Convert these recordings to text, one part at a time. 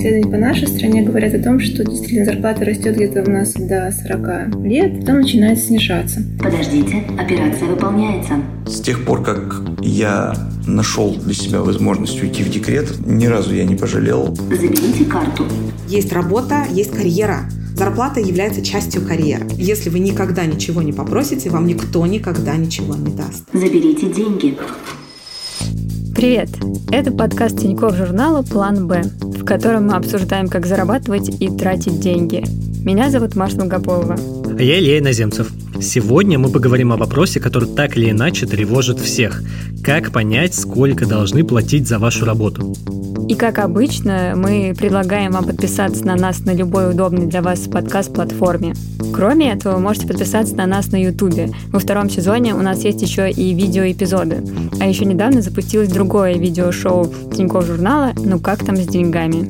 исследований по нашей стране говорят о том, что действительно зарплата растет где-то у нас до 40 лет, потом начинает снижаться. Подождите, операция выполняется. С тех пор, как я нашел для себя возможность уйти в декрет, ни разу я не пожалел. Заберите карту. Есть работа, есть карьера. Зарплата является частью карьеры. Если вы никогда ничего не попросите, вам никто никогда ничего не даст. Заберите деньги. Привет! Это подкаст Тинькофф журнала «План Б», в котором мы обсуждаем, как зарабатывать и тратить деньги. Меня зовут Маша Долгополова. А я Илья Иноземцев. Сегодня мы поговорим о вопросе, который так или иначе тревожит всех. Как понять, сколько должны платить за вашу работу? И как обычно, мы предлагаем вам подписаться на нас на любой удобной для вас подкаст-платформе. Кроме этого, вы можете подписаться на нас на Ютубе. Во втором сезоне у нас есть еще и видеоэпизоды. А еще недавно запустилось другое видеошоу Тинькофф журнала «Ну как там с деньгами?».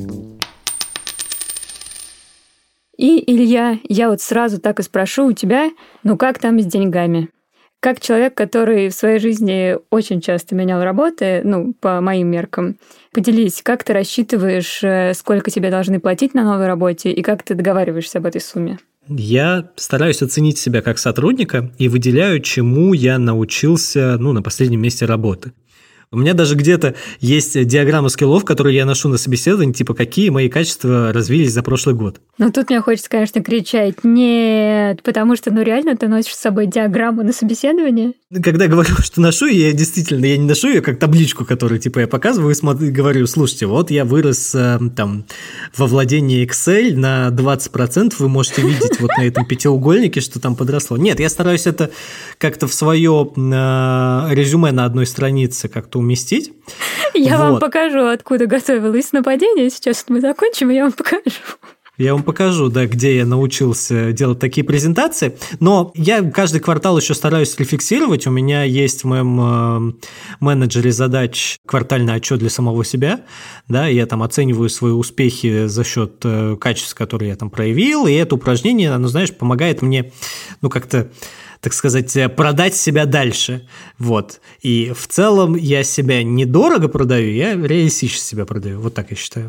И, Илья, я вот сразу так и спрошу у тебя, ну как там с деньгами? Как человек, который в своей жизни очень часто менял работы, по моим меркам, поделись, как ты рассчитываешь, сколько тебе должны платить на новой работе и как ты договариваешься об этой сумме? Я стараюсь оценить себя как сотрудника и выделяю, чему я научился на последнем месте работы. У меня даже где-то есть диаграмма скиллов, которые я ношу на собеседовании, типа какие мои качества развились за прошлый год. Тут мне хочется, конечно, кричать «нет», потому что, реально ты носишь с собой диаграмму на собеседовании? Когда говорю, что ношу, я не ношу ее как табличку, которую я показываю и говорю, слушайте, вот я вырос во владении Excel на 20%, вы можете видеть вот на этом пятиугольнике, что там подросло. Нет, я стараюсь это как-то в свое резюме на одной странице как-то уместить. Я вам покажу, откуда готовилось нападение. Сейчас мы закончим, и я вам покажу. Я вам покажу, где я научился делать такие презентации. Но я каждый квартал еще стараюсь рефлексировать. У меня есть в моем менеджере задач квартальный отчет для самого себя. Да, я оцениваю свои успехи за счет качеств, которые я проявил. И это упражнение, оно, помогает мне, как-то, так сказать, продать себя дальше. Вот. И в целом я себя недорого продаю, я реалистично себя продаю. Вот так я считаю.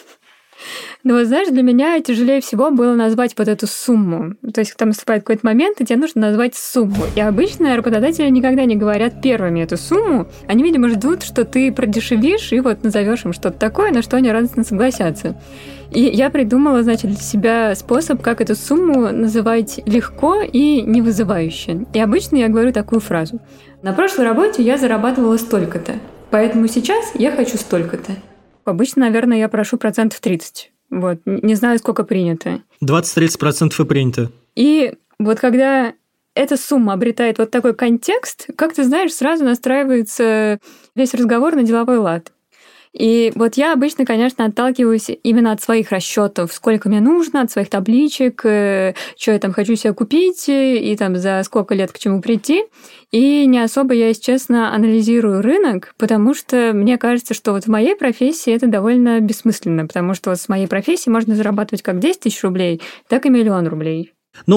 Для меня тяжелее всего было назвать вот эту сумму. То есть, там наступает какой-то момент, и тебе нужно назвать сумму. И обычно работодатели никогда не говорят первыми эту сумму. Они, видимо, ждут, что ты продешевишь и назовешь им что-то такое, на что они радостно согласятся. И я придумала, для себя способ, как эту сумму называть легко и не вызывающе. И обычно я говорю такую фразу. На прошлой работе я зарабатывала столько-то, поэтому сейчас я хочу столько-то. Обычно, наверное, я прошу 30%. Не знаю, сколько принято. 20-30% и принято. И когда эта сумма обретает такой контекст, как ты знаешь, сразу настраивается весь разговор на деловой лад. И я обычно, конечно, отталкиваюсь именно от своих расчетов, сколько мне нужно, от своих табличек, что я хочу себе купить и за сколько лет к чему прийти. И не особо я, если честно, анализирую рынок, потому что мне кажется, что в моей профессии это довольно бессмысленно, потому что с моей профессией можно зарабатывать как 10 тысяч рублей, так и 1 000 000 рублей.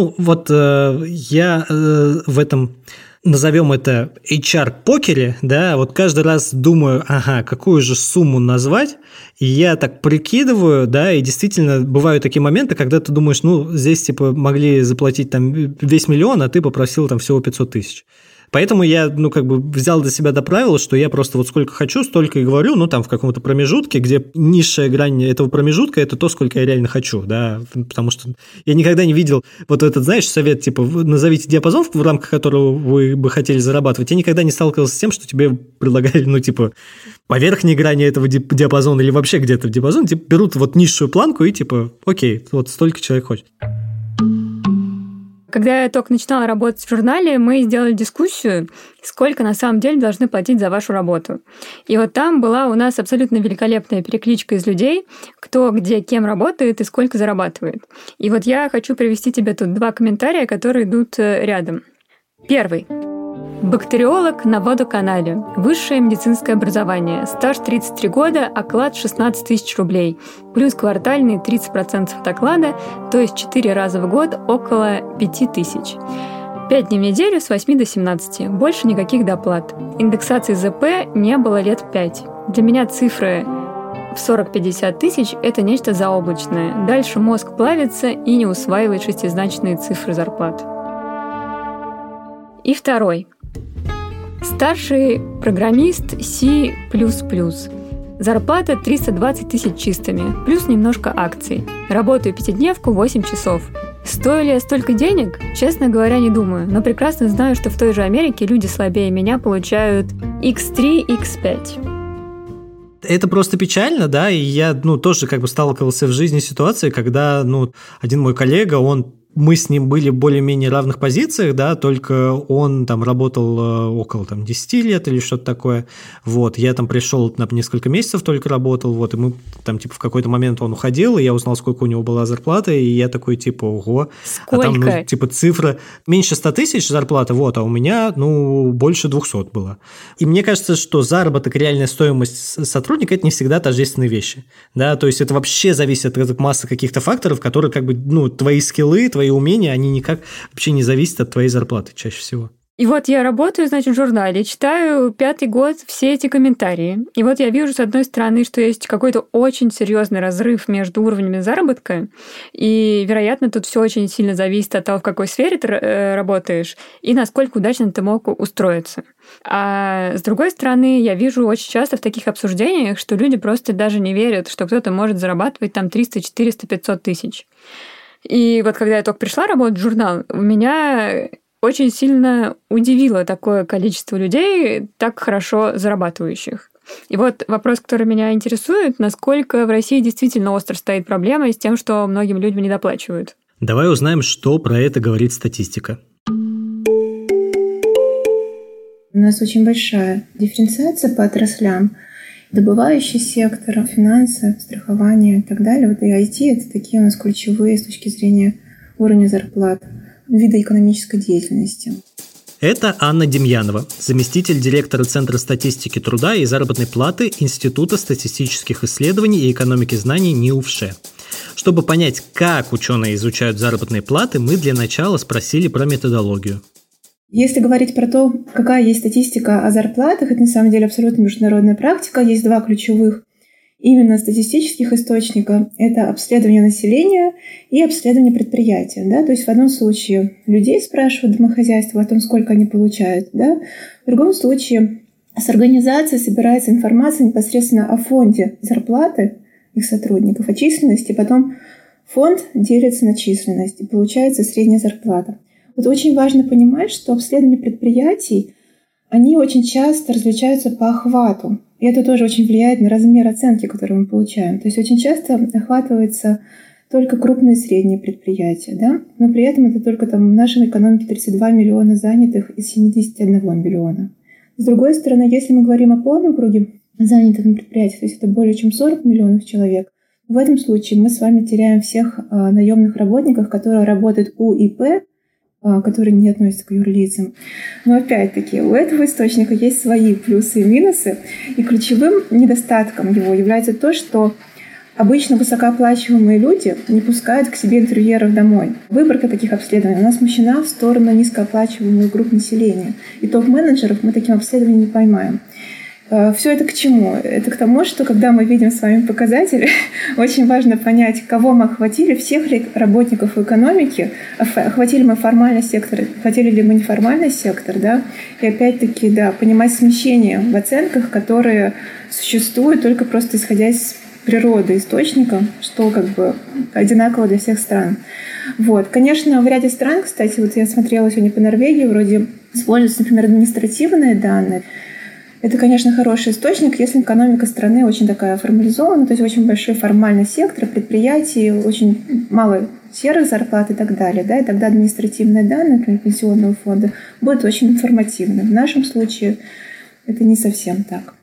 Я в этом... Назовем это HR-покере, каждый раз думаю, какую же сумму назвать, и я так прикидываю, и действительно бывают такие моменты, когда ты думаешь, здесь могли заплатить весь миллион, а ты попросил всего 500 тысяч. Поэтому я, взял для себя правило, что я просто сколько хочу, столько и говорю, в каком-то промежутке, где низшая грань этого промежутка – это то, сколько я реально хочу, потому что я никогда не видел этот, совет, назовите диапазон, в рамках которого вы бы хотели зарабатывать. Я никогда не сталкивался с тем, что тебе предлагали, по верхней грани этого диапазона или вообще где-то в диапазоне, берут низшую планку и окей, столько человек хочет. Когда я только начинала работать в журнале, мы сделали дискуссию, сколько на самом деле должны платить за вашу работу. И там была у нас абсолютно великолепная перекличка из людей, кто где кем работает и сколько зарабатывает. И я хочу привести тебе тут 2 комментария, которые идут рядом. Первый. Бактериолог на водоканале. Высшее медицинское образование. Стаж 33 года, оклад 16 тысяч рублей. Плюс квартальные 30% от оклада, то есть 4 раза в год около 5 тысяч. 5 дней в неделю с 8 до 17. Больше никаких доплат. Индексации ЗП не было лет 5. Для меня цифры в 40-50 тысяч – это нечто заоблачное. Дальше мозг плавится и не усваивает шестизначные цифры зарплат. И второй. Старший программист C++. Зарплата 320 тысяч чистыми, плюс немножко акций. Работаю пятидневку 8 часов. Стою ли я столько денег? Честно говоря, не думаю, но прекрасно знаю, что в той же Америке люди слабее меня получают X3, X5. Это просто печально, да, и я, тоже сталкивался в жизни с ситуацией, когда, один мой коллега, мы с ним были в более-менее равных позициях, да, только он там работал около 10 лет или что-то такое, я там пришел на несколько месяцев только работал, и мы там в какой-то момент он уходил, и я узнал, сколько у него была зарплата, и я такой ого, сколько? А там цифра меньше 100 тысяч зарплата, а у меня больше 200 было. И мне кажется, что заработок и реальная стоимость сотрудника – это не всегда тождественные вещи, да, то есть это вообще зависит от массы каких-то факторов, которые твои скиллы, твои умения, они никак вообще не зависят от твоей зарплаты чаще всего. И я работаю, в журнале, читаю 5-й год все эти комментарии. И я вижу, с одной стороны, что есть какой-то очень серьезный разрыв между уровнями заработка, и, вероятно, тут все очень сильно зависит от того, в какой сфере ты работаешь, и насколько удачно ты мог устроиться. А с другой стороны, я вижу очень часто в таких обсуждениях, что люди просто даже не верят, что кто-то может зарабатывать 300, 400, 500 тысяч. И когда я только пришла работать в журнал, меня очень сильно удивило такое количество людей, так хорошо зарабатывающих. И вопрос, который меня интересует, насколько в России действительно остро стоит проблема с тем, что многим людям недоплачивают. Давай узнаем, что про это говорит статистика. У нас очень большая дифференциация по отраслям. Добывающий сектор, финансы, страхование и так далее. И IT – это такие у нас ключевые с точки зрения уровня зарплат, вида экономической деятельности. Это Анна Демьянова, заместитель директора Центра статистики труда и заработной платы Института статистических исследований и экономики знаний НИУФШЭ. Чтобы понять, как ученые изучают заработные платы, мы для начала спросили про методологию. Если говорить про то, какая есть статистика о зарплатах, это на самом деле абсолютно международная практика. Есть два ключевых именно статистических источника. Это обследование населения и обследование предприятия. Да? То есть в одном случае людей спрашивают, домохозяйства, о том, сколько они получают. Да? В другом случае с организацией собирается информация непосредственно о фонде зарплаты их сотрудников, о численности. Потом фонд делится на численность, и получается средняя зарплата. Очень важно понимать, что обследования предприятий, они очень часто различаются по охвату. И это тоже очень влияет на размер оценки, которую мы получаем. То есть очень часто охватывается только крупные и средние предприятия, да? Но при этом это только в нашей экономике 32 миллиона занятых из 71 миллиона. С другой стороны, если мы говорим о полном круге занятых на предприятиях, то есть это более чем 40 миллионов человек, в этом случае мы с вами теряем всех наемных работников, которые работают у ИП, которые не относятся к юрлицам. Но опять-таки у этого источника есть свои плюсы и минусы, и ключевым недостатком его является то, что обычно высокооплачиваемые люди не пускают к себе интервьюеров домой. Выборка таких обследований у нас смещена в сторону низкооплачиваемых групп населения, и топ-менеджеров мы таким обследованием не поймаем. Все это к чему? Это к тому, что когда мы видим с вами показатели, очень важно понять, кого мы охватили, всех ли работников экономики, охватили мы формальный сектор, охватили ли мы неформальный сектор, да? И опять-таки, да, понимать смещение в оценках, которые существуют только просто исходя из природы источника, что одинаково для всех стран. Конечно, в ряде стран, кстати, я смотрела сегодня по Норвегии, вроде используются, например, административные данные. Это, конечно, хороший источник, если экономика страны очень такая формализована, то есть очень большой формальный сектор, предприятий, очень мало серых зарплат и так далее. Да, и тогда административные данные, например, пенсионного фонда, будут очень информативны. В нашем случае это не совсем так.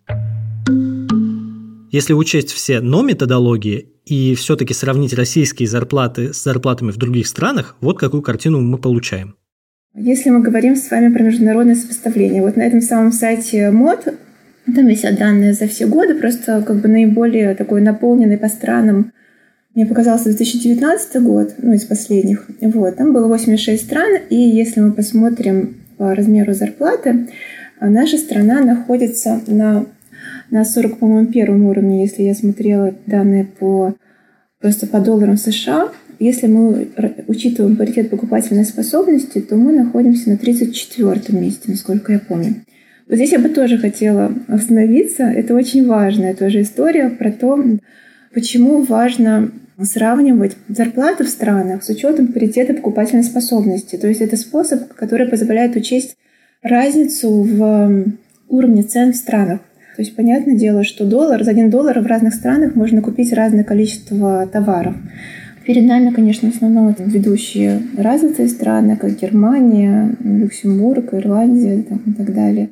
Если учесть все но-методологии и все-таки сравнить российские зарплаты с зарплатами в других странах, какую картину мы получаем. Если мы говорим с вами про международное сопоставление, на этом самом сайте МОД, там висят данные за все годы, просто наиболее такой наполненный по странам, мне показался 2019 год, из последних. Там было 86 стран, и если мы посмотрим по размеру зарплаты, наша страна находится на на 41 уровне, если я смотрела данные просто по долларам США. Если мы учитываем паритет покупательной способности, то мы находимся на 34 месте, насколько я помню. Вот здесь я бы тоже хотела остановиться. Это очень важная тоже история про то, почему важно сравнивать зарплаты в странах с учетом паритета покупательной способности. То есть это способ, который позволяет учесть разницу в уровне цен в странах. То есть понятное дело, что за $1 в разных странах можно купить разное количество товаров. Перед нами, конечно, в основном это ведущие развитые страны, как Германия, Люксембург, Ирландия и так далее.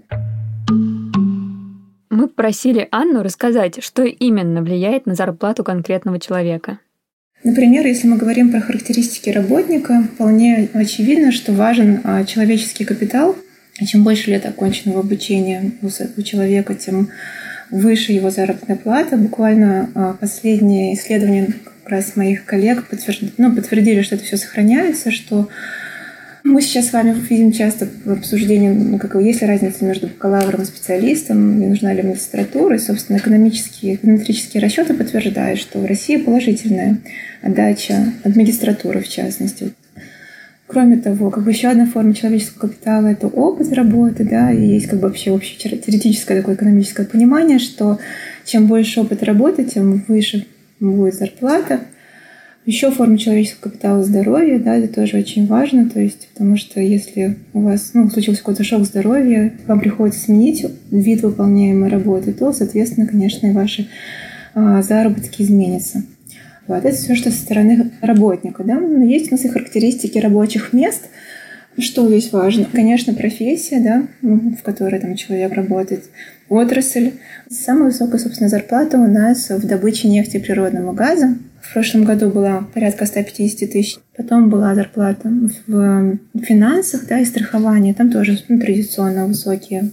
Мы просили Анну рассказать, что именно влияет на зарплату конкретного человека. Например, если мы говорим про характеристики работника, вполне очевидно, что важен человеческий капитал. Чем больше лет оконченного обучения у человека, тем выше его заработная плата. Буквально последние исследования как раз моих коллег подтвердили, что это все сохраняется, что мы сейчас с вами видим часто в обсуждении, есть ли разница между бакалавром и специалистом, не нужна ли магистратура. И, собственно, эконометрические расчеты подтверждают, что в России положительная отдача от магистратуры, в частности. Кроме того, еще одна форма человеческого капитала – это опыт работы, да, и есть вообще общее теоретическое такое экономическое понимание, что чем больше опыт работы, тем выше будет зарплата. Еще форма человеческого капитала – здоровье, да, это тоже очень важно, то есть, потому что если у вас случился какой-то шок здоровья, вам приходится сменить вид выполняемой работы, то, соответственно, конечно, и ваши заработки изменятся. Вот, это все, что со стороны работника. Да? Но есть у нас и характеристики рабочих мест. Что здесь важно? Конечно, профессия, да, в которой человек работает, отрасль. Самая высокая, собственно, зарплата у нас в добыче нефти и природного газа. В прошлом году была порядка 150 тысяч. Потом была зарплата в финансах, да, и страховании. Там тоже традиционно высокие.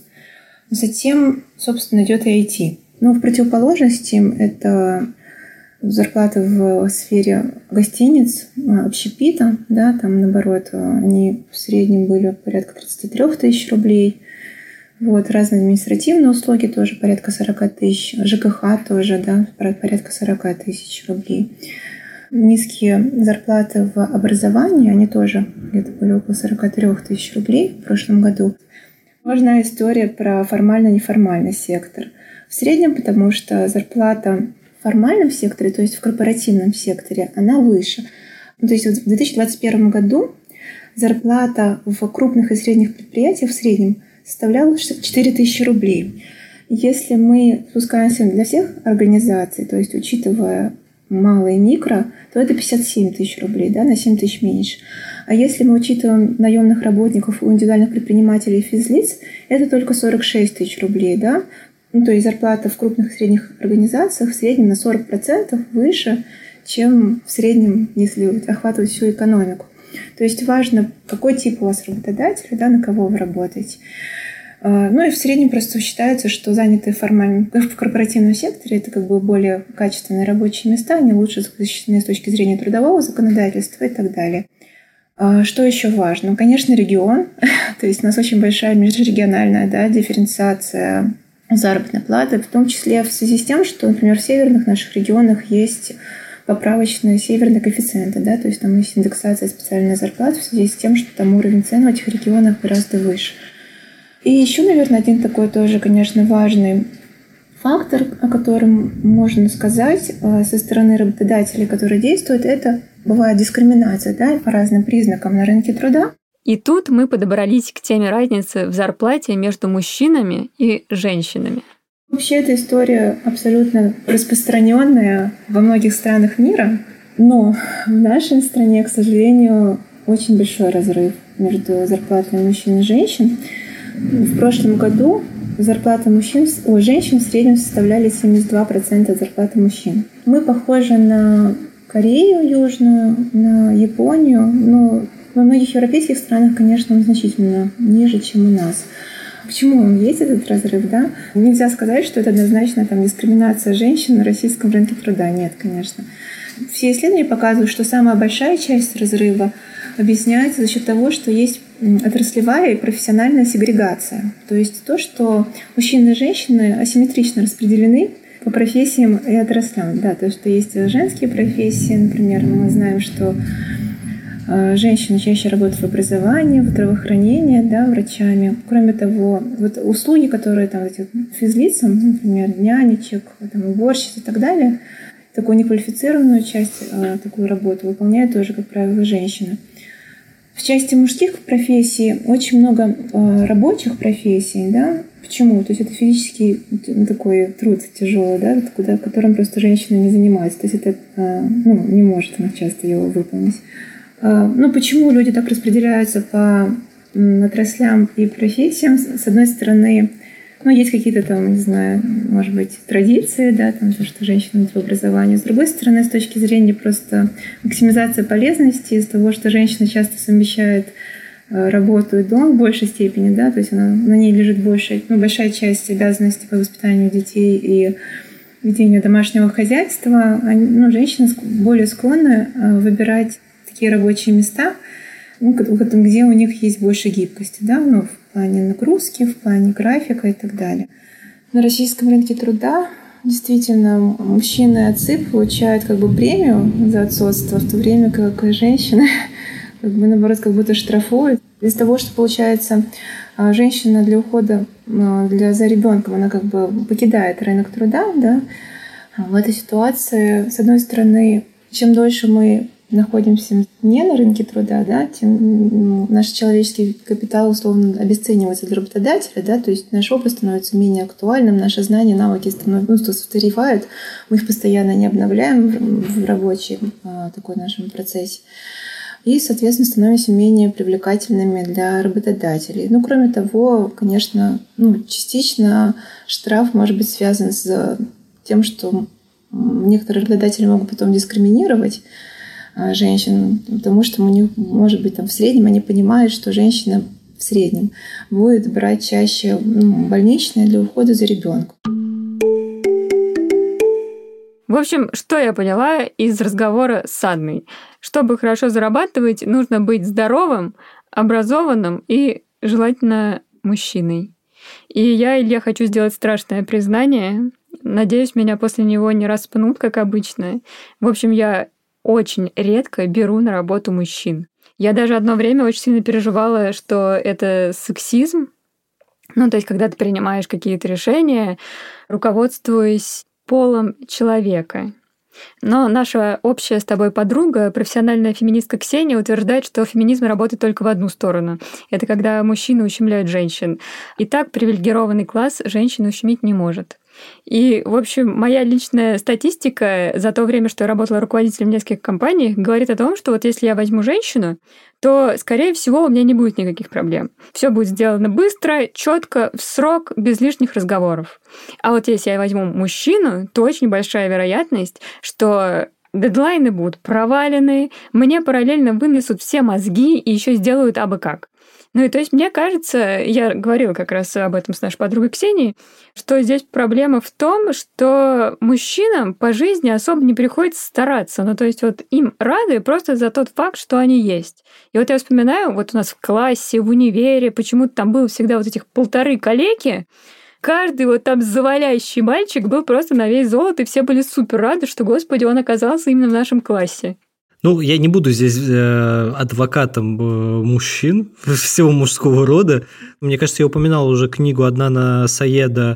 Затем, собственно, идет и IT. Но в противоположность им это зарплаты в сфере гостиниц, общепита, да, там, наоборот, они в среднем были порядка 33 тысяч рублей. Вот, разные административные услуги тоже порядка 40 тысяч, ЖКХ тоже, да, порядка 40 тысяч рублей. Низкие зарплаты в образовании, они тоже где-то были около 43 тысяч рублей в прошлом году. Важная история про формально-неформальный сектор. В среднем, потому что зарплата в формальном секторе, то есть в корпоративном секторе, она выше. То есть в 2021 году зарплата в крупных и средних предприятиях в среднем составляла 4 тысячи рублей. Если мы спускаемся для всех организаций, то есть учитывая малые и микро, то это 57 тысяч рублей, да, на 7 тысяч меньше. А если мы учитываем наемных работников у индивидуальных предпринимателей и физлиц, это только 46 тысяч рублей, да. То есть зарплата в крупных и средних организациях в среднем на 40% выше, чем в среднем, если охватывать всю экономику. То есть важно, какой тип у вас работодатель, да, на кого вы работаете. Ну и в среднем просто считается, что занятые формально в корпоративном секторе это более качественные рабочие места, они лучше защищены с точки зрения трудового законодательства и так далее. Что еще важно? Конечно, регион. То есть у нас очень большая межрегиональная, да, дифференциация заработной платы, в том числе в связи с тем, что, например, в северных наших регионах есть поправочные северные коэффициенты, да, то есть там есть индексация специальной зарплаты в связи с тем, что там уровень цен в этих регионах гораздо выше. И еще, наверное, один такой тоже, конечно, важный фактор, о котором можно сказать со стороны работодателей, которые действуют, это бывает дискриминация, да, по разным признакам на рынке труда. И тут мы подобрались к теме разницы в зарплате между мужчинами и женщинами. Вообще эта история абсолютно распространенная во многих странах мира, но в нашей стране, к сожалению, очень большой разрыв между зарплатами мужчин и женщин. В прошлом году зарплаты женщин в среднем составляли 72% от зарплаты мужчин. Мы похожи на Корею Южную, на Японию, но во многих европейских странах, конечно, он значительно ниже, чем у нас. Почему есть этот разрыв, да? Нельзя сказать, что это однозначно дискриминация женщин на российском рынке труда. Нет, конечно. Все исследования показывают, что самая большая часть разрыва объясняется за счет того, что есть отраслевая и профессиональная сегрегация. То есть то, что мужчины и женщины асимметрично распределены по профессиям и отраслям. Да, то, что есть женские профессии, например, мы знаем, что женщины чаще работают в образовании, в здравоохранении, да, врачами. Кроме того, вот услуги, которые там эти физлицам, например, нянечек, там, уборщиц и так далее, такую неквалифицированную часть, такую работу выполняют тоже, как правило, женщины. В части мужских профессий очень много рабочих профессий, да. Почему? То есть это физический такой труд тяжелый, да, которым просто женщина не занимается. То есть это не может она часто его выполнить. Почему люди так распределяются по отраслям и профессиям? С одной стороны, есть какие-то там, не знаю, может быть, традиции, да, там, то, что женщина идет в образование. С другой стороны, с точки зрения просто максимизации полезности, из того, что женщина часто совмещает работу и дом в большей степени, да, то есть на ней лежит большая часть обязанностей по воспитанию детей и ведению домашнего хозяйства. Женщины более склонны выбирать такие рабочие места, где у них есть больше гибкости, да, в плане нагрузки, в плане графика и так далее. На российском рынке труда действительно мужчины отцы получают премию за отцовство, в то время как женщины наоборот как будто штрафуют. Из-за того, что получается женщина для ухода за ребенком, она покидает рынок труда, да, в этой ситуации, с одной стороны, чем дольше мы находимся не на рынке труда, да, тем наш человеческий капитал условно обесценивается для работодателя, да, то есть наш опыт становится менее актуальным, наши знания, навыки устаревают, мы их постоянно не обновляем в рабочем такой нашем процессе. И, соответственно, становимся менее привлекательными для работодателей. Кроме того, конечно, частично штраф может быть связан с тем, что некоторые работодатели могут потом дискриминировать женщин, потому что у них, может быть, в среднем они понимают, что женщина в среднем будет брать чаще больничные для ухода за ребенком. В общем, что я поняла из разговора с Анной? Чтобы хорошо зарабатывать, нужно быть здоровым, образованным и желательно мужчиной. И я, Илья, хочу сделать страшное признание. Надеюсь, меня после него не распнут, как обычно. В общем, я очень редко беру на работу мужчин. Я даже одно время очень сильно переживала, что это сексизм. То есть, когда ты принимаешь какие-то решения, руководствуясь полом человека. Но наша общая с тобой подруга, профессиональная феминистка Ксения, утверждает, что феминизм работает только в одну сторону. Это когда мужчины ущемляют женщин. И так привилегированный класс женщин ущемить не может. И, в общем, моя личная статистика за то время, что я работала руководителем в нескольких компаниях, говорит о том, что вот если я возьму женщину, то, скорее всего, у меня не будет никаких проблем. Все будет сделано быстро, четко, в срок, без лишних разговоров. А вот если я возьму мужчину, то очень большая вероятность, что дедлайны будут провалены, мне параллельно вынесут все мозги и еще сделают абы как. И то есть мне кажется, я говорила как раз об этом с нашей подругой Ксенией, что здесь проблема в том, что мужчинам по жизни особо не приходится стараться. То есть вот им рады просто за тот факт, что они есть. И вот я вспоминаю, вот у нас в классе, в универе, почему-то там было всегда вот этих 1,5 коллеги, каждый вот там заваляющий мальчик был просто на весь золото, и все были супер рады, что, господи, он оказался именно в нашем классе. Я не буду здесь адвокатом мужчин, всего мужского рода. Мне кажется, я упоминал уже книгу «Аднана Саеда»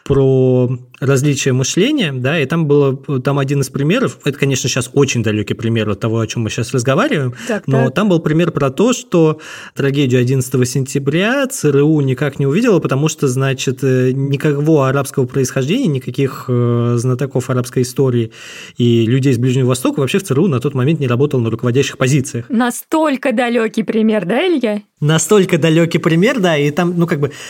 про различия мышления, да, и там один из примеров, это, конечно, сейчас очень далекий пример от того, о чем мы сейчас разговариваем, но там был пример про то, что трагедию 11 сентября ЦРУ никак не увидела, потому что, значит, никакого арабского происхождения, никаких знатоков арабской истории и людей с Ближнего Востока вообще в ЦРУ на тот момент не работал на руководящих позициях. Настолько далекий пример, да, Илья? Настолько далекий пример, да, и там,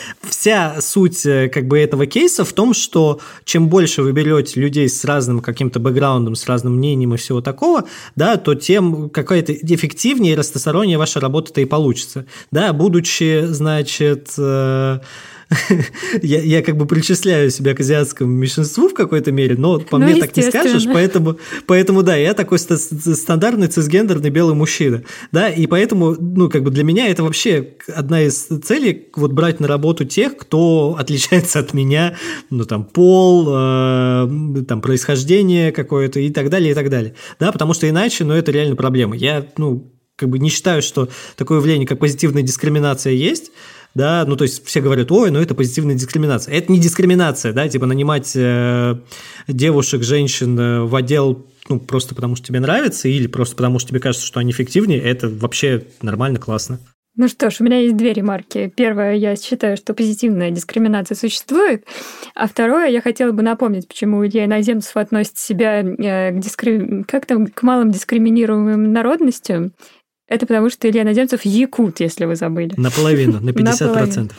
вся суть этого кейса в том, что чем больше вы берете людей с разным каким-то бэкграундом, с разным мнением и всего такого, да, то тем какая-то эффективнее и разносторонняя ваша работа-то и получится. Да, будучи, значит, я как бы причисляю себя к азиатскому меньшинству в какой-то мере, но по мне так не скажешь, поэтому да, я такой стандартный цисгендерный белый мужчина, да, и поэтому, ну, как бы для меня это вообще одна из целей, вот брать на работу тех, кто отличается от меня, ну, там, пол, там, происхождение какое-то и так далее, да, потому что иначе, ну, это реально проблема. Я, ну, как бы не считаю, что такое явление, как позитивная дискриминация есть, да, ну, то есть все говорят, ой, ну, это позитивная дискриминация. Это не дискриминация, да, типа нанимать девушек, женщин в отдел, ну, просто потому что тебе нравится или просто потому что тебе кажется, что они эффективнее, это вообще нормально, классно. Ну что ж, у меня есть две ремарки. Первое, я считаю, что позитивная дискриминация существует. А второе, я хотела бы напомнить, почему Илья Иноземцев относит себя к малым дискриминируемым народностям. Это потому, что Илья Иноземцев якут, если вы забыли. Наполовину, на 50%.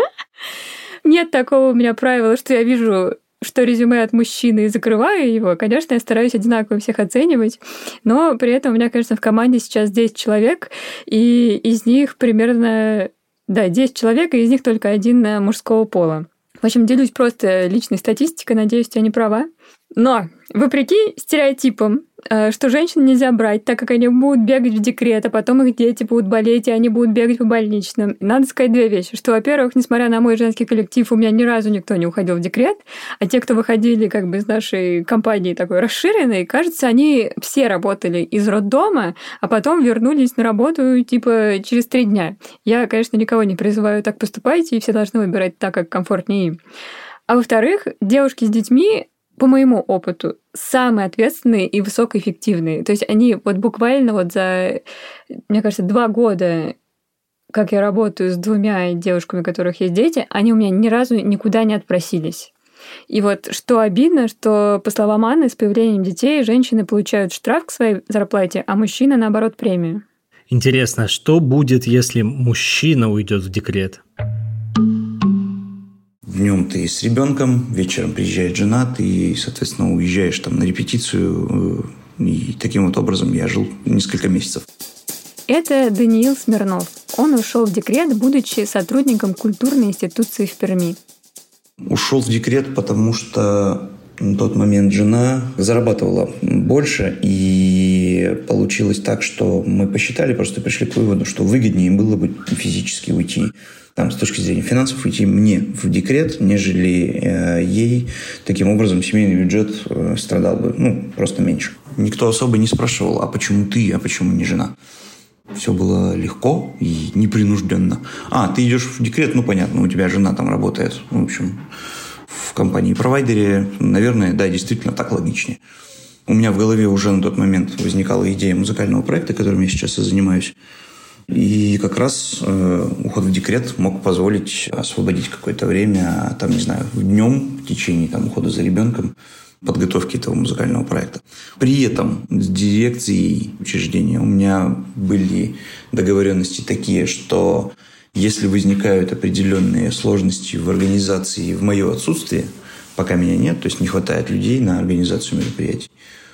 Нет такого у меня правила, что я вижу, что резюме от мужчины и закрываю его. Конечно, я стараюсь одинаково всех оценивать, но при этом у меня, конечно, в команде сейчас 10 человек, и из них примерно... Да, 10 человек, и из них только один мужского пола. В общем, делюсь просто личной статистикой, надеюсь, я не права. Но, вопреки стереотипам, что женщин нельзя брать, так как они будут бегать в декрет, а потом их дети будут болеть, и они будут бегать по больничным. Надо сказать две вещи. Что, во-первых, несмотря на мой женский коллектив, у меня ни разу никто не уходил в декрет, а те, кто выходили как бы из нашей компании такой расширенной, кажется, они все работали из роддома, а потом вернулись на работу типа через 3 дня. Я, конечно, никого не призываю так поступать, и все должны выбирать так, как комфортнее им. А во-вторых, девушки с детьми, по моему опыту, самые ответственные и высокоэффективные. То есть они вот буквально вот за, мне кажется, 2 года, как я работаю с 2 девушками, у которых есть дети, они у меня ни разу никуда не отпросились. И вот что обидно, что, по словам Анны, с появлением детей женщины получают штраф к своей зарплате, а мужчины, наоборот, премию. Интересно, что будет, если мужчина уйдет в декрет? Днем ты с ребенком, вечером приезжает жена, ты, соответственно, уезжаешь там на репетицию, и таким вот образом я жил несколько месяцев. Это Даниил Смирнов. Он ушел в декрет, будучи сотрудником культурной институции в Перми. Ушел в декрет, потому что на тот момент жена зарабатывала больше, и получилось так, что мы посчитали, просто пришли к выводу, что выгоднее было бы физически уйти, там, с точки зрения финансов, уйти мне в декрет, нежели ей. Таким образом, семейный бюджет страдал бы, просто меньше. Никто особо не спрашивал, а почему ты, а почему не жена? Все было легко и непринужденно. Ты идешь в декрет, понятно, у тебя жена там работает, в общем, в компании-провайдере, наверное, да, действительно так логичнее. У меня в голове уже на тот момент возникала идея музыкального проекта, которым я сейчас и занимаюсь. И как раз уход в декрет мог позволить освободить какое-то время, там, не знаю, днем, в течение ухода за ребенком, подготовки этого музыкального проекта. При этом с дирекцией учреждения у меня были договоренности такие, что если возникают определенные сложности в организации в мое отсутствие, пока меня нет, то есть не хватает людей на организацию мероприятий,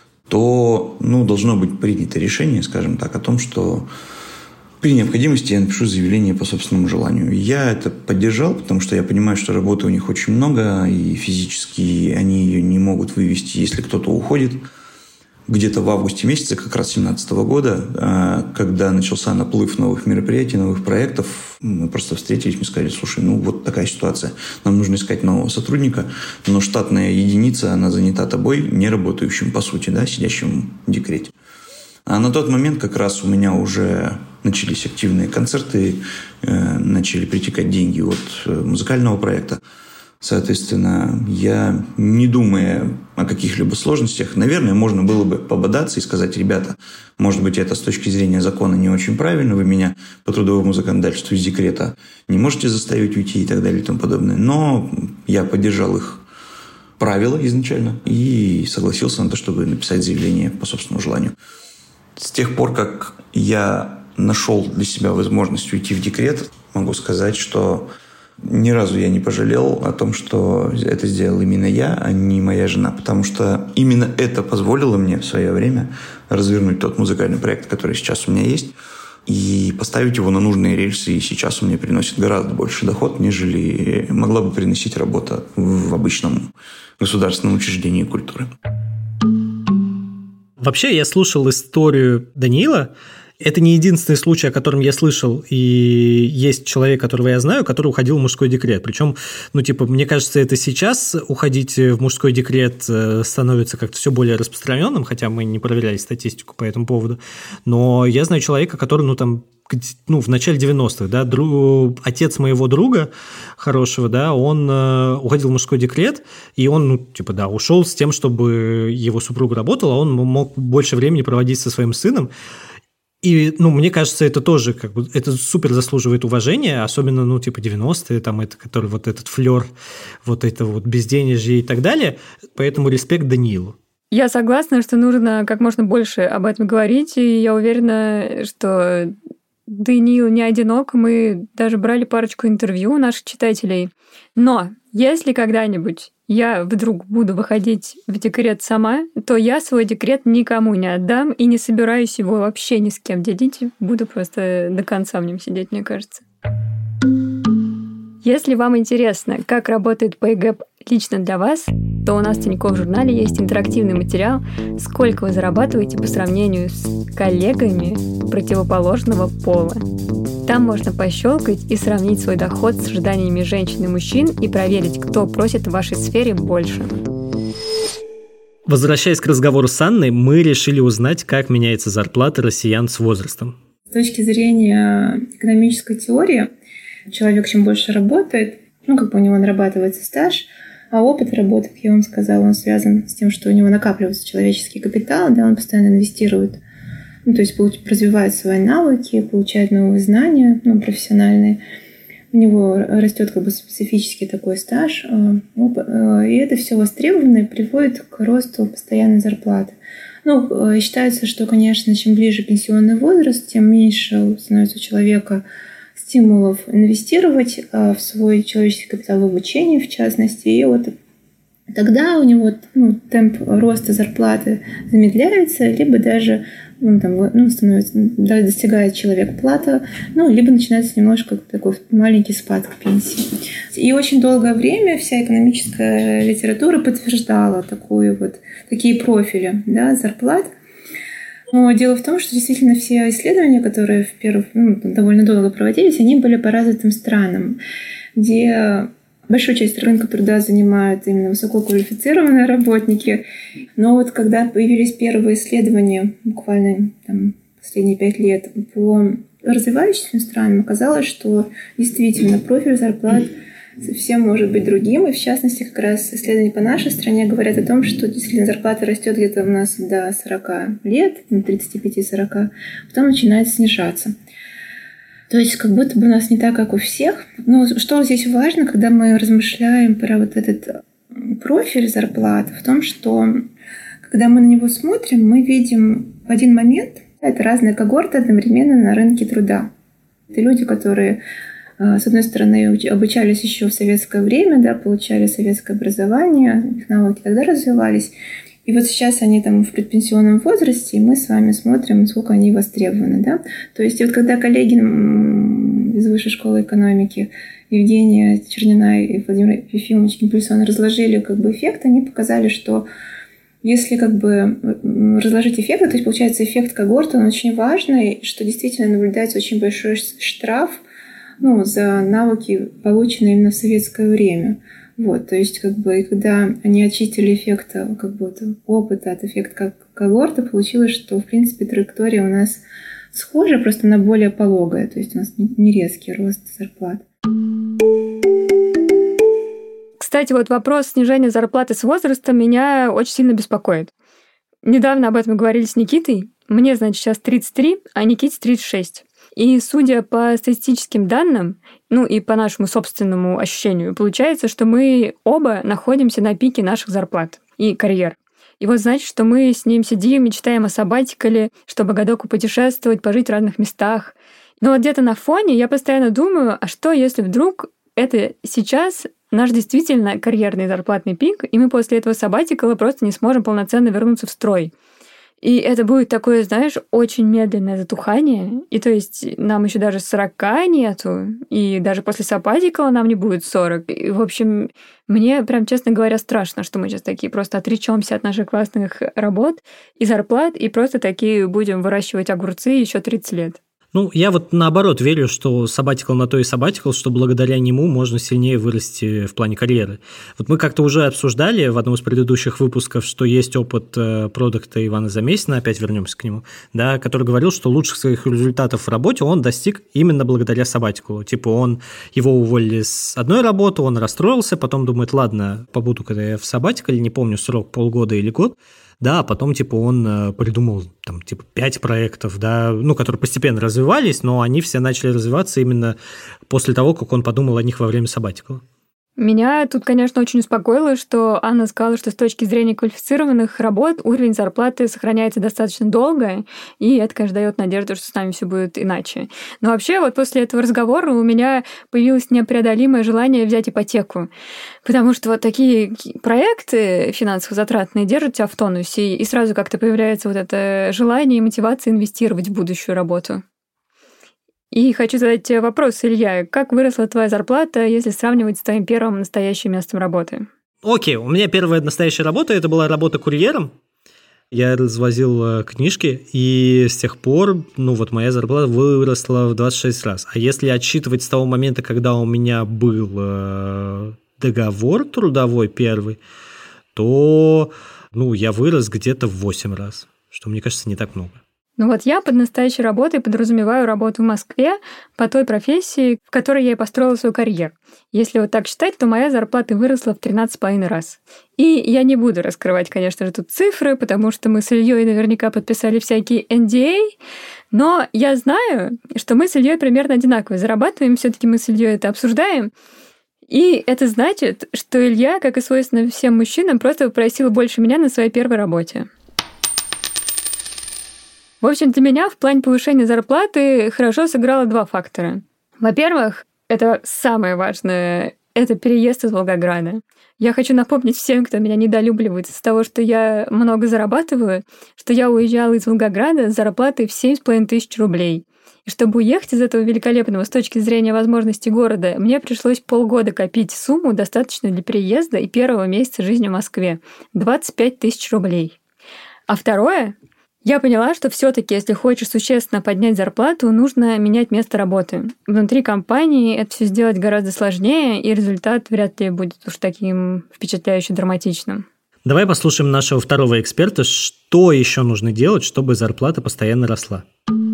то должно быть принято решение, скажем так, о том, что при необходимости я напишу заявление по собственному желанию. Я это поддержал, потому что я понимаю, что работы у них очень много, и физически они ее не могут вывести, если кто-то уходит. Где-то в августе месяце, как раз 2017 года, когда начался наплыв новых мероприятий, новых проектов, мы просто встретились, мы сказали, слушай, вот такая ситуация, нам нужно искать нового сотрудника, но штатная единица, она занята тобой, не работающим, по сути, да, сидящим в декрете. А на тот момент как раз у меня уже начались активные концерты, начали притекать деньги от музыкального проекта. Соответственно, я, не думая о каких-либо сложностях, наверное, можно было бы пободаться и сказать, ребята, может быть, это с точки зрения закона не очень правильно, вы меня по трудовому законодательству из декрета не можете заставить уйти и так далее и тому подобное. Но я поддержал их правила изначально и согласился на то, чтобы написать заявление по собственному желанию. С тех пор, как я нашел для себя возможность уйти в декрет, могу сказать, что ни разу я не пожалел о том, что это сделал именно я, а не моя жена, потому что именно это позволило мне в свое время развернуть тот музыкальный проект, который сейчас у меня есть, и поставить его на нужные рельсы. И сейчас он мне приносит гораздо больше доход, нежели могла бы приносить работа в обычном государственном учреждении культуры. Вообще, я слушал историю Даниила. Это не единственный случай, о котором я слышал, и есть человек, которого я знаю, который уходил в мужской декрет. Причем, мне кажется, это сейчас уходить в мужской декрет становится как-то все более распространенным, хотя мы не проверяли статистику по этому поводу. Но я знаю человека, который, в начале 90-х, да, отец моего друга хорошего, да, он уходил в мужской декрет, и он, ушел с тем, чтобы его супруга работала, он мог больше времени проводить со своим сыном. И, мне кажется, это тоже это супер заслуживает уважения, особенно, 90-е, там, это, который вот этот флёр, вот это вот безденежье и так далее. Поэтому респект Даниилу. Я согласна, что нужно как можно больше об этом говорить, и я уверена, что Даниил не одинок. Мы даже брали парочку интервью у наших читателей. Но если когда-нибудь я вдруг буду выходить в декрет сама, то я свой декрет никому не отдам и не собираюсь его вообще ни с кем делить. Буду просто до конца в нем сидеть, мне кажется. Если вам интересно, как работает PayGap лично для вас, то у нас в Тинькофф журнале есть интерактивный материал «Сколько вы зарабатываете по сравнению с коллегами противоположного пола». Там можно пощелкать и сравнить свой доход с ожиданиями женщин и мужчин и проверить, кто просит в вашей сфере больше. Возвращаясь к разговору с Анной, мы решили узнать, как меняется зарплата россиян с возрастом. С точки зрения экономической теории, человек чем больше работает, у него нарабатывается стаж, а опыт работы, как я вам сказала, он связан с тем, что у него накапливается человеческий капитал, да, он постоянно инвестирует, то есть развивает свои навыки, получает новые знания, профессиональные. У него растет специфический такой стаж, и это все востребовано и приводит к росту постоянной зарплаты. Считается, что, конечно, чем ближе пенсионный возраст, тем меньше становится у человека стимулов инвестировать в свой человеческий капитал, в обучение, в частности. И вот тогда у него темп роста зарплаты замедляется, либо даже достигает человек плата, либо начинается немножко такой маленький спад к пенсии. И очень долгое время вся экономическая литература подтверждала такие профили, да, зарплат. Но дело в том, что действительно все исследования, которые довольно долго проводились, они были по развитым странам, где большую часть рынка труда занимают именно высококвалифицированные работники. Но когда появились первые исследования, буквально последние 5 лет, по развивающимся странам, оказалось, что действительно профиль зарплат совсем может быть другим. И в частности, как раз исследования по нашей стране говорят о том, что действительно зарплата растет где-то у нас до 40 лет, 35-40, потом начинает снижаться. То есть как будто бы у нас не так, как у всех. Но что здесь важно, когда мы размышляем про этот профиль зарплат, в том, что когда мы на него смотрим, мы видим в один момент, это разные когорты одновременно на рынке труда. Это люди, которые, с одной стороны, обучались еще в советское время, да, получали советское образование, их навыки тогда развивались. И вот сейчас они в предпенсионном возрасте, и мы с вами смотрим, насколько они востребованы. Да? То есть когда коллеги из Высшей школы экономики Евгения Чернина и Владимир Ефимович Кимпельсон разложили эффект, они показали, что если разложить эффекты, то есть получается эффект когорта, он очень важный, что действительно наблюдается очень большой штраф за навыки, полученные именно в советское время. То есть, когда они очистили эффект опыта от эффекта когорта, получилось, что, в принципе, траектория у нас схожа, просто она более пологая, то есть у нас не резкий рост зарплат. Кстати, вопрос снижения зарплаты с возрастом меня очень сильно беспокоит. Недавно об этом говорили с Никитой. Мне, сейчас 33, а Никите 36. И судя по статистическим данным, и по нашему собственному ощущению, получается, что мы оба находимся на пике наших зарплат и карьер. И значит, что мы с ним сидим, мечтаем о сабатикале, чтобы годок путешествовать, пожить в разных местах. Но где-то на фоне я постоянно думаю, а что, если вдруг это сейчас наш действительно карьерный зарплатный пик, и мы после этого сабатикала просто не сможем полноценно вернуться в строй. И это будет такое, знаешь, очень медленное затухание. И то есть нам еще даже 40 нету, и даже после саббатикала нам не будет 40. И, в общем, мне прям, честно говоря, страшно, что мы сейчас такие просто отречемся от наших классных работ и зарплат, и просто такие будем выращивать огурцы еще 30 лет. Ну, я вот наоборот верю, что саббатикал на то и саббатикал, что благодаря нему можно сильнее вырасти в плане карьеры. Вот мы как-то уже обсуждали в одном из предыдущих выпусков, что есть опыт продукта Ивана Замесина, опять вернемся к нему, да, который говорил, что лучших своих результатов в работе он достиг именно благодаря саббатикалу. Типа его уволили с одной работы, он расстроился, потом думает, ладно, побуду-ка я в саббатикале, не помню срок, полгода или год. Да, потом, он придумал, 5 проектов, да, которые постепенно развивались, но они все начали развиваться именно после того, как он подумал о них во время саббатикала. Меня тут, конечно, очень успокоило, что Анна сказала, что с точки зрения квалифицированных работ уровень зарплаты сохраняется достаточно долго, и это, конечно, дает надежду, что с нами все будет иначе. Но вообще, вот после этого разговора у меня появилось непреодолимое желание взять ипотеку, потому что вот такие проекты финансово затратные держат тебя в тонусе, и сразу как-то появляется вот это желание и мотивация инвестировать в будущую работу. И хочу задать тебе вопрос, Илья. Как выросла твоя зарплата, если сравнивать с твоим первым настоящим местом работы? Окей, у меня первая настоящая работа, это была работа курьером. Я развозил книжки, и с тех пор, моя зарплата выросла в 26 раз. А если отсчитывать с того момента, когда у меня был договор трудовой первый, то, я вырос где-то в 8 раз, что, мне кажется, не так много. Я под настоящей работой подразумеваю работу в Москве по той профессии, в которой я и построила свою карьеру. Если вот так считать, то моя зарплата выросла в 13,5 раз. И я не буду раскрывать, конечно же, тут цифры, потому что мы с Ильей наверняка подписали всякие NDA, но я знаю, что мы с Ильей примерно одинаково зарабатываем, все-таки мы с Ильей это обсуждаем. И это значит, что Илья, как и свойственно всем мужчинам, просто попросил больше меня на своей первой работе. В общем, для меня в плане повышения зарплаты хорошо сыграло 2 фактора. Во-первых, это самое важное, это переезд из Волгограда. Я хочу напомнить всем, кто меня недолюбливает из-за того, что я много зарабатываю, что я уезжала из Волгограда с зарплатой в 7,5 тысяч рублей. И чтобы уехать из этого великолепного с точки зрения возможностей города, мне пришлось полгода копить сумму, достаточную для переезда и первого месяца жизни в Москве. 25 тысяч рублей. А второе, я поняла, что все-таки, если хочешь существенно поднять зарплату, нужно менять место работы. Внутри компании это все сделать гораздо сложнее, и результат вряд ли будет уж таким впечатляюще драматичным. Давай послушаем нашего второго эксперта, что еще нужно делать, чтобы зарплата постоянно росла.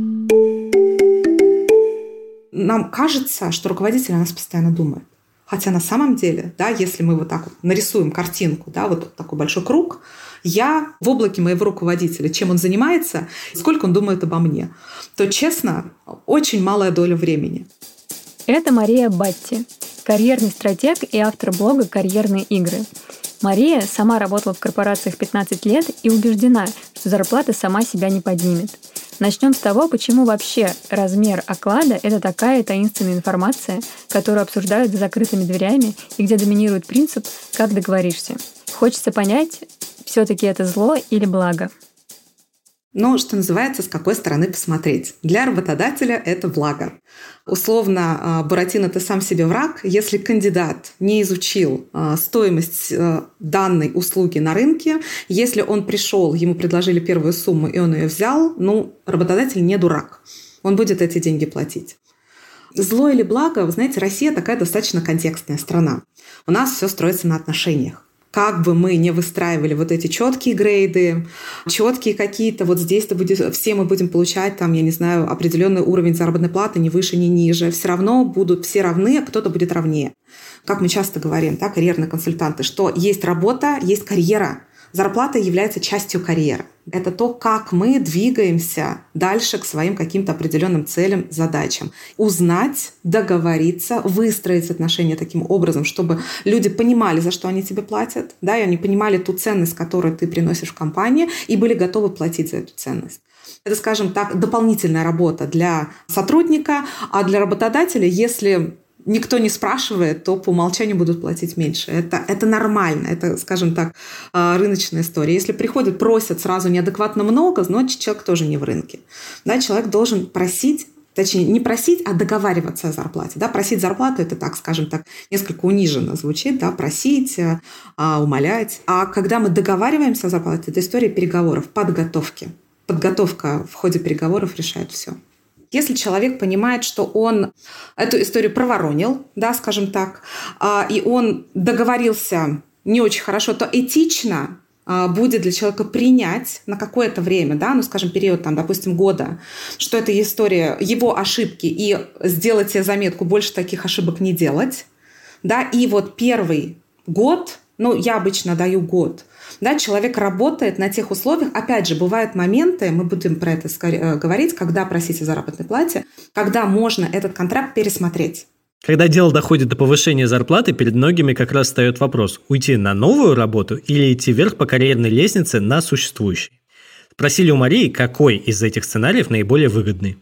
Нам кажется, что руководитель о нас постоянно думает. Хотя на самом деле, да, если мы вот так вот нарисуем картинку, да, вот такой большой круг, я в облаке моего руководителя, чем он занимается, сколько он думает обо мне, то, честно, очень малая доля времени. Это Мария Батти, карьерный стратег и автор блога «Карьерные игры». Мария сама работала в корпорациях 15 лет и убеждена, что зарплата сама себя не поднимет. Начнем с того, почему вообще размер оклада – это такая таинственная информация, которую обсуждают за закрытыми дверями и где доминирует принцип «как договоришься». Хочется понять, все-таки это зло или благо. Но, что называется, с какой стороны посмотреть. Для работодателя это благо. Условно, Буратино, ты сам себе враг. Если кандидат не изучил стоимость данной услуги на рынке, если он пришел, ему предложили первую сумму, и он ее взял, работодатель не дурак. Он будет эти деньги платить. Зло или благо, вы знаете, Россия такая достаточно контекстная страна. У нас все строится на отношениях. Как бы мы не выстраивали вот эти четкие грейды, четкие какие-то, вот здесь-то все мы будем получать, там, я не знаю, определенный уровень заработной платы, ни выше, ни ниже. Все равно будут все равны, а кто-то будет равнее. Как мы часто говорим, да, карьерные консультанты, что есть работа, есть карьера. Зарплата является частью карьеры. Это то, как мы двигаемся дальше к своим каким-то определенным целям, задачам. Узнать, договориться, выстроить отношения таким образом, чтобы люди понимали, за что они тебе платят, да, и они понимали ту ценность, которую ты приносишь в компанию, и были готовы платить за эту ценность. Это, скажем так, дополнительная работа для сотрудника, а для работодателя, если никто не спрашивает, то по умолчанию будут платить меньше. Это нормально, это, скажем так, рыночная история. Если приходят, просят сразу неадекватно много, значит, человек тоже не в рынке. Да, человек должен просить, точнее, не просить, а договариваться о зарплате. Да, просить зарплату – это, так, скажем так, несколько униженно звучит, да, просить, умолять. А когда мы договариваемся о зарплате, это история переговоров, подготовки. Подготовка в ходе переговоров решает все. Если человек понимает, что он эту историю проворонил, да, скажем так, и он договорился не очень хорошо, то этично будет для человека принять на какое-то время, да, ну, скажем, период, там, допустим, года, что это история его ошибки, и сделать себе заметку, больше таких ошибок не делать, да, и вот первый год, ну, я обычно даю год, да, человек работает на тех условиях. Опять же, бывают моменты, мы будем про это говорить, когда просить о заработной плате, когда можно этот контракт пересмотреть. Когда дело доходит до повышения зарплаты, перед многими как раз встает вопрос, уйти на новую работу или идти вверх по карьерной лестнице на существующей. Спросили у Марии, какой из этих сценариев наиболее выгодный.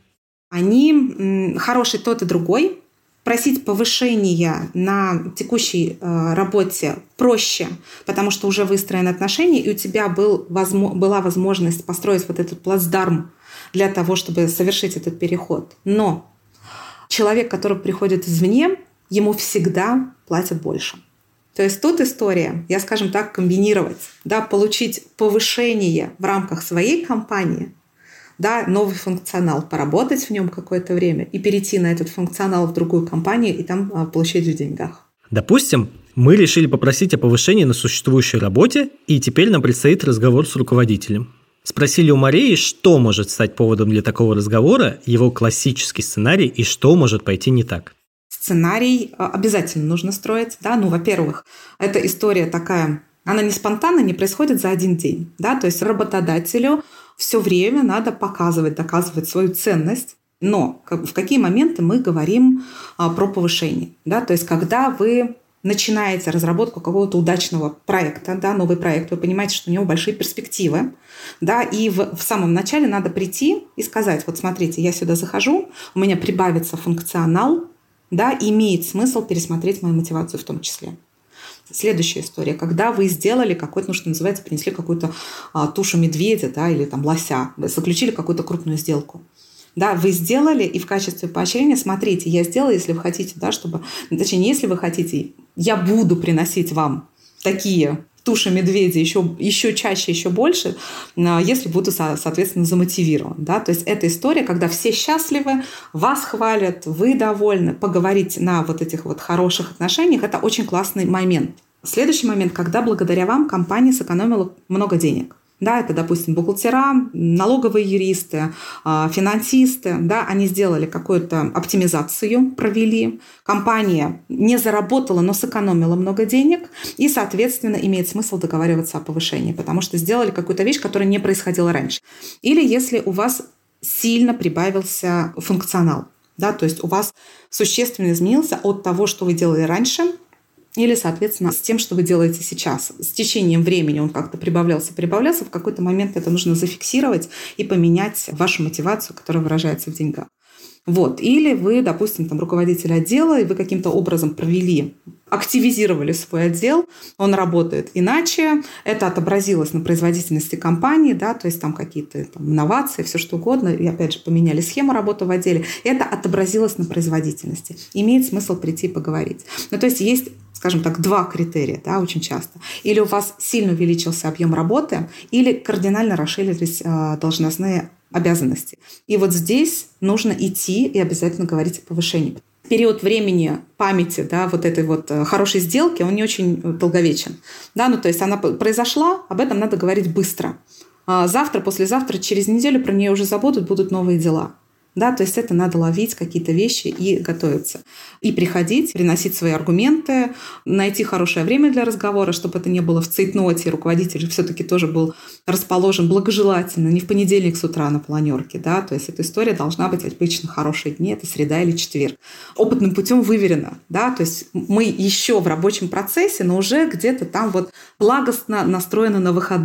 Они хороший тот и другой. Просить повышения на текущей работе проще, потому что уже выстроены отношения, и у тебя была возможность построить вот этот плацдарм для того, чтобы совершить этот переход. Но человек, который приходит извне, ему всегда платят больше. То есть тут история, я, скажем так, комбинировать, да, получить повышение в рамках своей компании, да, новый функционал, поработать в нем какое-то время и перейти на этот функционал в другую компанию и там получить в деньгах. Допустим, мы решили попросить о повышении на существующей работе, и теперь нам предстоит разговор с руководителем. Спросили у Марии, что может стать поводом для такого разговора, его классический сценарий и что может пойти не так. Сценарий обязательно нужно строить. Да? Ну, во-первых, эта история такая, она не спонтанно, не происходит за один день. Да? То есть работодателю все время надо показывать, доказывать свою ценность. Но в какие моменты мы говорим про повышение? Да? То есть когда вы начинаете разработку какого-то удачного проекта, да, новый проект, вы понимаете, что у него большие перспективы, да, и в самом начале надо прийти и сказать, вот смотрите, я сюда захожу, у меня прибавится функционал, да, и имеет смысл пересмотреть мою мотивацию в том числе. Следующая история, когда вы сделали какой-то, ну, что называется, принесли какую-то тушу медведя, да, или там лося, заключили какую-то крупную сделку. Да, вы сделали, и в качестве поощрения, смотрите, я сделала, если вы хотите, да, чтобы, точнее, не если вы хотите, я буду приносить вам такие туши медведя еще чаще, еще больше, если буду, соответственно, замотивирован. Да? То есть это история, когда все счастливы, вас хвалят, вы довольны, поговорить на вот этих вот хороших отношениях, это очень классный момент. Следующий момент, когда благодаря вам компания сэкономила много денег. Да, это, допустим, бухгалтера, налоговые юристы, финансисты, да, они сделали какую-то оптимизацию, провели. Компания не заработала, но сэкономила много денег, и, соответственно, имеет смысл договариваться о повышении, потому что сделали какую-то вещь, которая не происходила раньше. Или если у вас сильно прибавился функционал, да, то есть у вас существенно изменился от того, что вы делали раньше, или, соответственно, с тем, что вы делаете сейчас. С течением времени он как-то прибавлялся. В какой-то момент это нужно зафиксировать и поменять вашу мотивацию, которая выражается в деньгах. Вот. Или вы, допустим, там, руководитель отдела, и вы каким-то образом активизировали свой отдел, он работает иначе, это отобразилось на производительности компании, да, то есть там какие-то там инновации, все что угодно, и опять же поменяли схему работы в отделе, это отобразилось на производительности. Имеет смысл прийти и поговорить. Ну, то есть есть, скажем так, два критерия, да, очень часто. Или у вас сильно увеличился объем работы, или кардинально расширились должностные обязанности. И вот здесь нужно идти и обязательно говорить о повышении. Период времени памяти, да, вот этой вот хорошей сделки, он не очень долговечен. Да, ну, то есть она произошла, об этом надо говорить быстро. Завтра, послезавтра, через неделю про нее уже забудут, будут новые дела. Да, то есть это надо ловить какие-то вещи и готовиться. И приходить, приносить свои аргументы, найти хорошее время для разговора, чтобы это не было в цейтноте. Руководитель все-таки тоже был расположен благожелательно, не в понедельник с утра на планерке. Да? То есть эта история должна быть обычно хорошие дни, это среда или четверг. Опытным путем выверено. Да? То есть мы еще в рабочем процессе, но уже где-то там вот благостно настроены на выходные.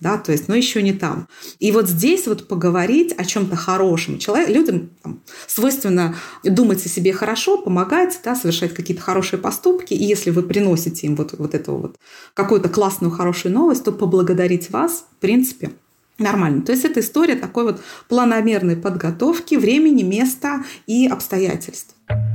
да, то есть, но еще не там. И вот здесь вот поговорить о чем-то хорошем. Людям свойственно думать о себе хорошо, помогать, да, совершать какие-то хорошие поступки, и если вы приносите им вот эту вот какую-то классную, хорошую новость, то поблагодарить вас, в принципе, нормально. То есть это история такой вот планомерной подготовки времени, места и обстоятельств.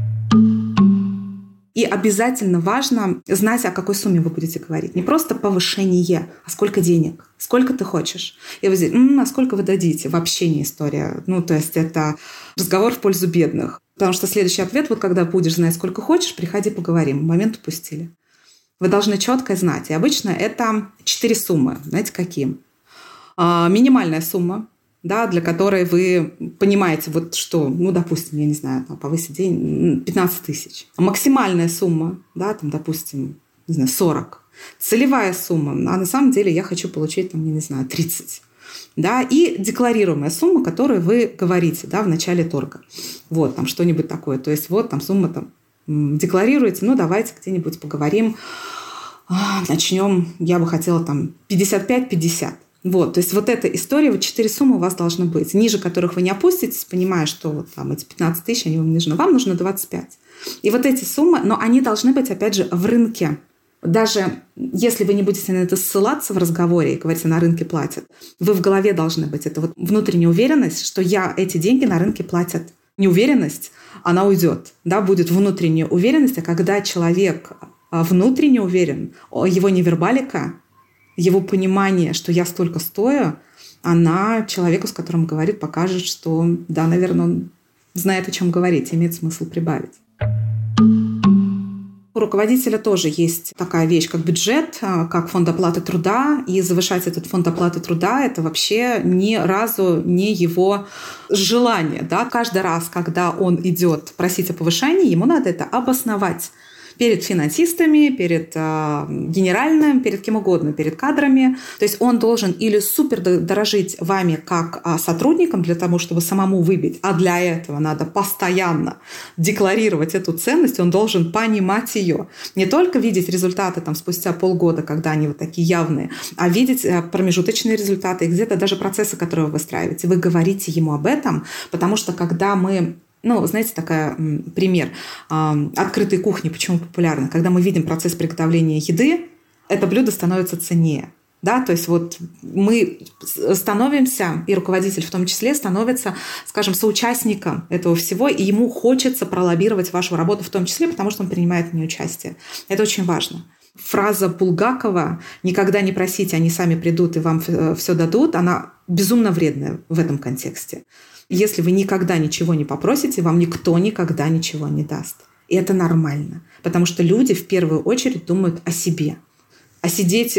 И обязательно важно знать, о какой сумме вы будете говорить. Не просто повышение, а сколько денег, сколько ты хочешь. И вы здесь, а сколько вы дадите? Вообще не история. То есть это разговор в пользу бедных. Потому что следующий ответ, вот когда будешь знать, сколько хочешь, приходи, поговорим. Момент упустили. Вы должны четко знать. И обычно это 4 суммы. Знаете, какие? Минимальная сумма, да, для которой вы понимаете, вот что, допустим, я не знаю, повысить день 15 тысяч. Максимальная сумма, да, допустим, 40. Целевая сумма, а на самом деле я хочу получить, 30. Да, и декларируемая сумма, которую вы говорите, да, в начале торга. Вот, что-нибудь такое. То есть вот сумма декларируете, давайте где-нибудь поговорим, начнем, я бы хотела 55-50. Вот, то есть вот эта история, 4 суммы у вас должны быть, ниже которых вы не опуститесь, понимая, что эти 15 тысяч, они вам нужны. Вам нужно 25. И вот эти суммы, но они должны быть, опять же, в рынке. Даже если вы не будете на это ссылаться в разговоре и говорите, на рынке платят, вы в голове должны быть. Это вот внутренняя уверенность, что эти деньги на рынке платят. Неуверенность, она уйдет. Да, будет внутренняя уверенность, а когда человек внутренне уверен, его невербалика, его понимание, что я столько стою, она человеку, с которым говорит, покажет, что да, наверное, он знает, о чем говорить, имеет смысл прибавить. У руководителя тоже есть такая вещь, как бюджет, как фонд оплаты труда, и завышать этот фонд оплаты труда – это вообще ни разу не его желание. Да? Каждый раз, когда он идет просить о повышении, ему надо это обосновать. Перед финансистами, перед генеральным, перед кем угодно, перед кадрами. То есть он должен или супер дорожить вами как сотрудником для того, чтобы самому выбить, а для этого надо постоянно декларировать эту ценность, он должен понимать ее. Не только видеть результаты спустя полгода, когда они вот такие явные, а видеть промежуточные результаты и где-то даже процессы, которые вы выстраиваете. Вы говорите ему об этом, потому что когда мы... знаете, такой пример открытой кухни, почему популярна. Когда мы видим процесс приготовления еды, это блюдо становится ценнее. Да? То есть вот мы становимся, и руководитель в том числе, становится, скажем, соучастником этого всего, и ему хочется пролоббировать вашу работу в том числе, потому что он принимает в ней участие. Это очень важно. Фраза Булгакова «никогда не просите, они сами придут и вам все дадут», она безумно вредная в этом контексте. Если вы никогда ничего не попросите, вам никто никогда ничего не даст. И это нормально, потому что люди в первую очередь думают о себе. А сидеть,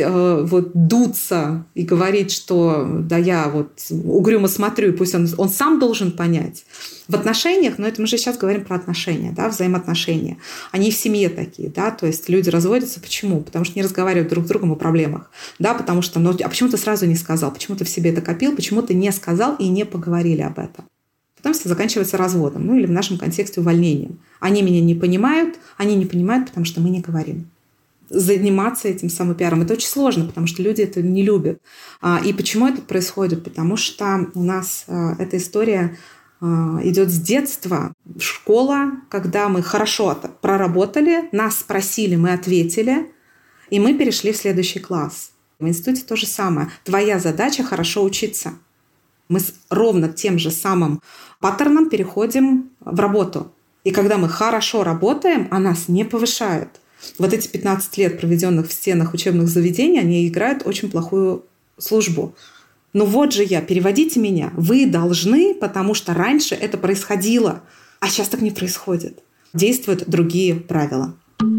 дуться и говорить, что да, я угрюмо смотрю, и пусть он сам должен понять. В отношениях, но это мы же сейчас говорим про отношения, да, взаимоотношения. Они и в семье такие, да, то есть люди разводятся. Почему? Потому что не разговаривают друг с другом о проблемах, да, потому что, а почему ты сразу не сказал, почему ты в себе это копил, почему ты не сказал и не поговорили об этом. Потом все заканчивается разводом, или в нашем контексте увольнением. Они меня не понимают, потому что мы не говорим. Заниматься этим самопиаром. Это очень сложно, потому что люди это не любят. И почему это происходит? Потому что у нас эта история идет с детства. Школа, когда мы хорошо проработали, нас спросили, мы ответили, и мы перешли в следующий класс. В институте то же самое. Твоя задача – хорошо учиться. Мы с ровно тем же самым паттерном переходим в работу. И когда мы хорошо работаем, а нас не повышают. Вот эти 15 лет, проведенных в стенах учебных заведений, они играют очень плохую службу. Вот же я, переводите меня. Вы должны, потому что раньше это происходило, а сейчас так не происходит. Действуют другие правила.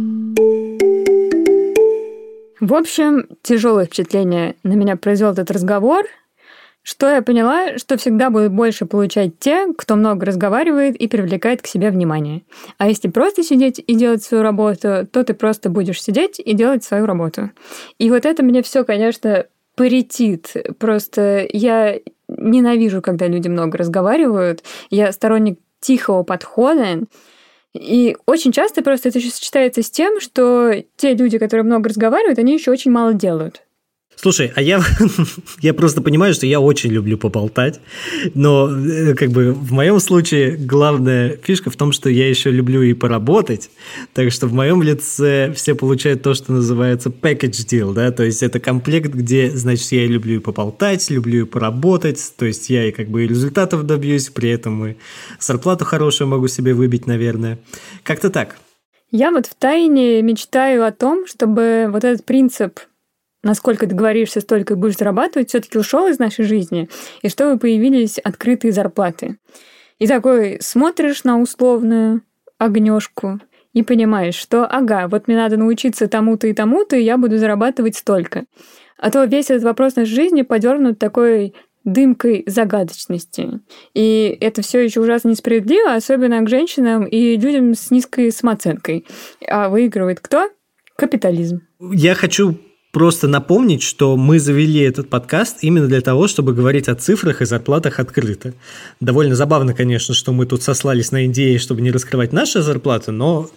В общем, тяжелое впечатление на меня произвел этот разговор. Что я поняла, что всегда будут больше получать те, кто много разговаривает и привлекает к себе внимание. А если просто сидеть и делать свою работу, то ты просто будешь сидеть и делать свою работу. И вот это мне все, конечно, претит. Просто я ненавижу, когда люди много разговаривают. Я сторонник тихого подхода. И очень часто просто это еще сочетается с тем, что те люди, которые много разговаривают, они еще очень мало делают. Слушай, а я просто понимаю, что я очень люблю поболтать, но как бы в моем случае главная фишка в том, что я еще люблю и поработать, так что в моем лице все получают то, что называется package deal, да, то есть это комплект, где, значит, я и люблю и поболтать, люблю и поработать, то есть я и как бы и результатов добьюсь, при этом и зарплату хорошую могу себе выбить, наверное. Как-то так. Я вот втайне мечтаю о том, чтобы вот этот принцип насколько договоришься, столько и будешь зарабатывать, все-таки ушел из нашей жизни, и чтобы появились открытые зарплаты. И такой смотришь на условную огнёшку и понимаешь, что ага, вот мне надо научиться тому-то и тому-то, и я буду зарабатывать столько. А то весь этот вопрос нашей жизни подернут такой дымкой загадочности. И это все еще ужасно несправедливо, особенно к женщинам и людям с низкой самооценкой. А выигрывает кто? Капитализм. Я хочу просто напомнить, что мы завели этот подкаст именно для того, чтобы говорить о цифрах и зарплатах открыто. Довольно забавно, конечно, что мы тут сослались на идеи, чтобы не раскрывать наши зарплаты, но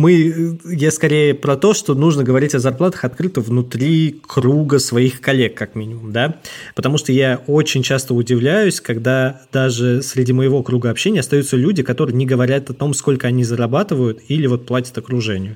я скорее про то, что нужно говорить о зарплатах открыто внутри круга своих коллег, как минимум, да? Потому что я очень часто удивляюсь, когда даже среди моего круга общения остаются люди, которые не говорят о том, сколько они зарабатывают или вот платят окружению.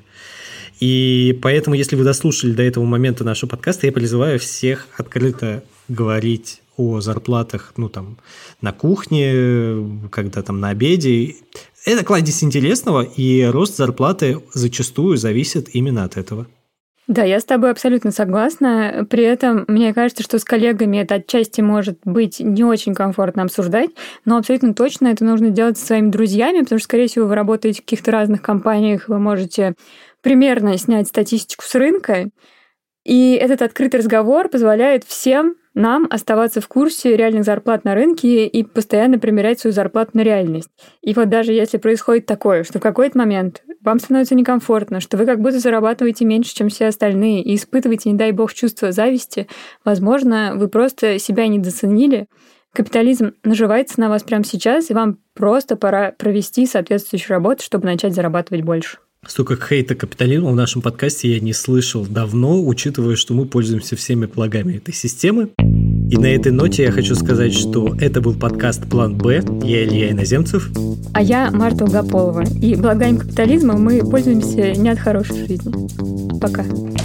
И поэтому, если вы дослушали до этого момента нашего подкаста, я призываю всех открыто говорить о зарплатах, на кухне, когда там на обеде. Это кладезь интересного, и рост зарплаты зачастую зависит именно от этого. Да, я с тобой абсолютно согласна. При этом, мне кажется, что с коллегами это отчасти может быть не очень комфортно обсуждать, но абсолютно точно это нужно делать со своими друзьями, потому что, скорее всего, вы работаете в каких-то разных компаниях, вы можете примерно снять статистику с рынка, и этот открытый разговор позволяет всем нам оставаться в курсе реальных зарплат на рынке и постоянно примерять свою зарплату на реальность. И вот даже если происходит такое, что в какой-то момент вам становится некомфортно, что вы как будто зарабатываете меньше, чем все остальные, и испытываете, не дай бог, чувство зависти, возможно, вы просто себя недооценили. Капитализм наживается на вас прямо сейчас, и вам просто пора провести соответствующую работу, чтобы начать зарабатывать больше. Столько хейта капитализма в нашем подкасте я не слышал давно, учитывая, что мы пользуемся всеми благами этой системы. И на этой ноте я хочу сказать, что это был подкаст «План Б». Я Илья Иноземцев. А я Марта Долгополова. И благами капитализма мы пользуемся не от хорошей жизни. Пока.